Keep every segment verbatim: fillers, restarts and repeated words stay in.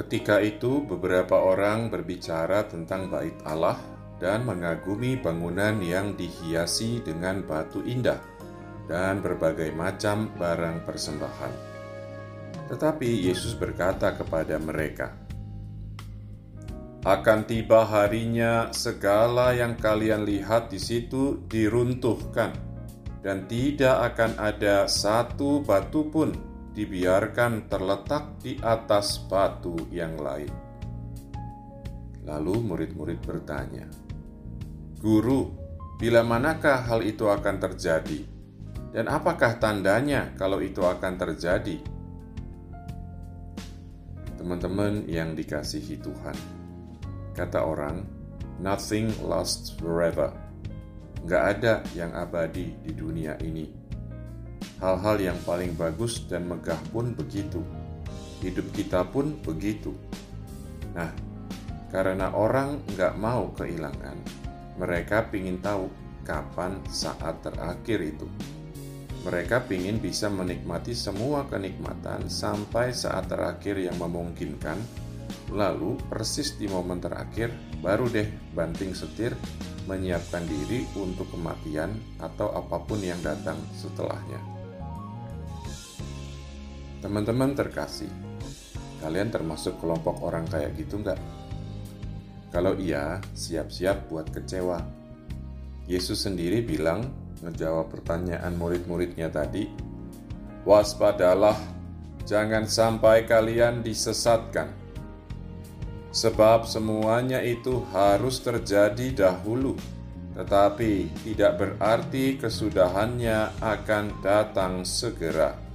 Ketika itu beberapa orang berbicara tentang bait Allah dan mengagumi bangunan yang dihiasi dengan batu indah dan berbagai macam barang persembahan. Tetapi Yesus berkata kepada mereka, "Akan tiba harinya segala yang kalian lihat di situ diruntuhkan, dan tidak akan ada satu batu pun dibiarkan terletak di atas batu yang lain." Lalu murid-murid bertanya, "Guru, bila manakah hal itu akan terjadi? Dan apakah tandanya kalau itu akan terjadi?" Teman-teman yang dikasihi Tuhan, kata orang, nothing lasts forever. Nggak ada yang abadi di dunia ini. Hal-hal yang paling bagus dan megah pun begitu. Hidup kita pun begitu. Nah, karena orang nggak mau kehilangan, mereka pingin tahu kapan saat terakhir itu. Mereka pingin bisa menikmati semua kenikmatan sampai saat terakhir yang memungkinkan. Lalu persis di momen terakhir, baru deh banting setir, menyiapkan diri untuk kematian atau apapun yang datang setelahnya. Teman-teman terkasih, kalian termasuk kelompok orang kayak gitu nggak? Kalau iya, siap-siap buat kecewa. Yesus sendiri bilang, ngejawab pertanyaan murid-muridnya tadi, "Waspadalah, jangan sampai kalian disesatkan. Sebab semuanya itu harus terjadi dahulu, tetapi tidak berarti kesudahannya akan datang segera."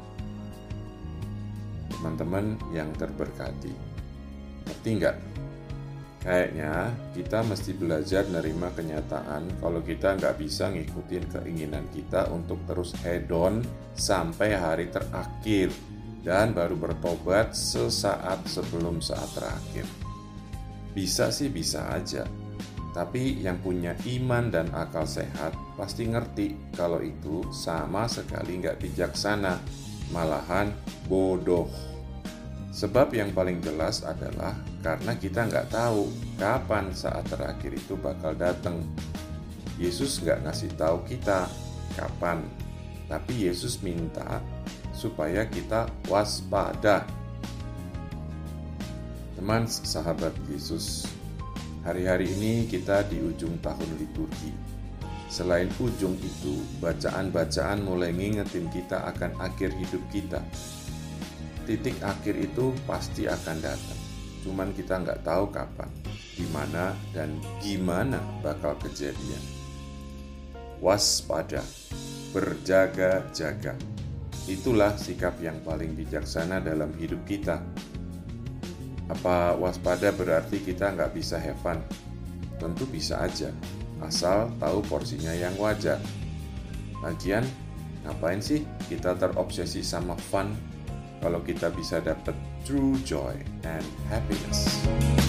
Teman-teman yang terberkati, ngerti nggak? Kayaknya kita mesti belajar nerima kenyataan kalau kita nggak bisa ngikutin keinginan kita untuk terus head on sampai hari terakhir dan baru bertobat sesaat sebelum saat terakhir. Bisa sih bisa aja, tapi yang punya iman dan akal sehat pasti ngerti kalau itu sama sekali nggak bijaksana, malahan bodoh. Sebab yang paling jelas adalah karena kita nggak tahu kapan saat terakhir itu bakal datang. Yesus nggak ngasih tahu kita kapan, tapi Yesus minta supaya kita waspada. Teman sahabat Yesus, hari-hari ini kita di ujung tahun liturgi. Selain ujung itu, bacaan-bacaan mulai ngingetin kita akan akhir hidup kita. Titik akhir itu pasti akan datang, cuman kita nggak tahu kapan, di mana, dan gimana bakal kejadian. Waspada, berjaga-jaga. Itulah sikap yang paling bijaksana dalam hidup kita. Apa waspada berarti kita nggak bisa have fun? Tentu bisa aja, asal tahu porsinya yang wajar. Lagian, ngapain sih kita terobsesi sama fun kalau kita bisa dapat true joy and happiness?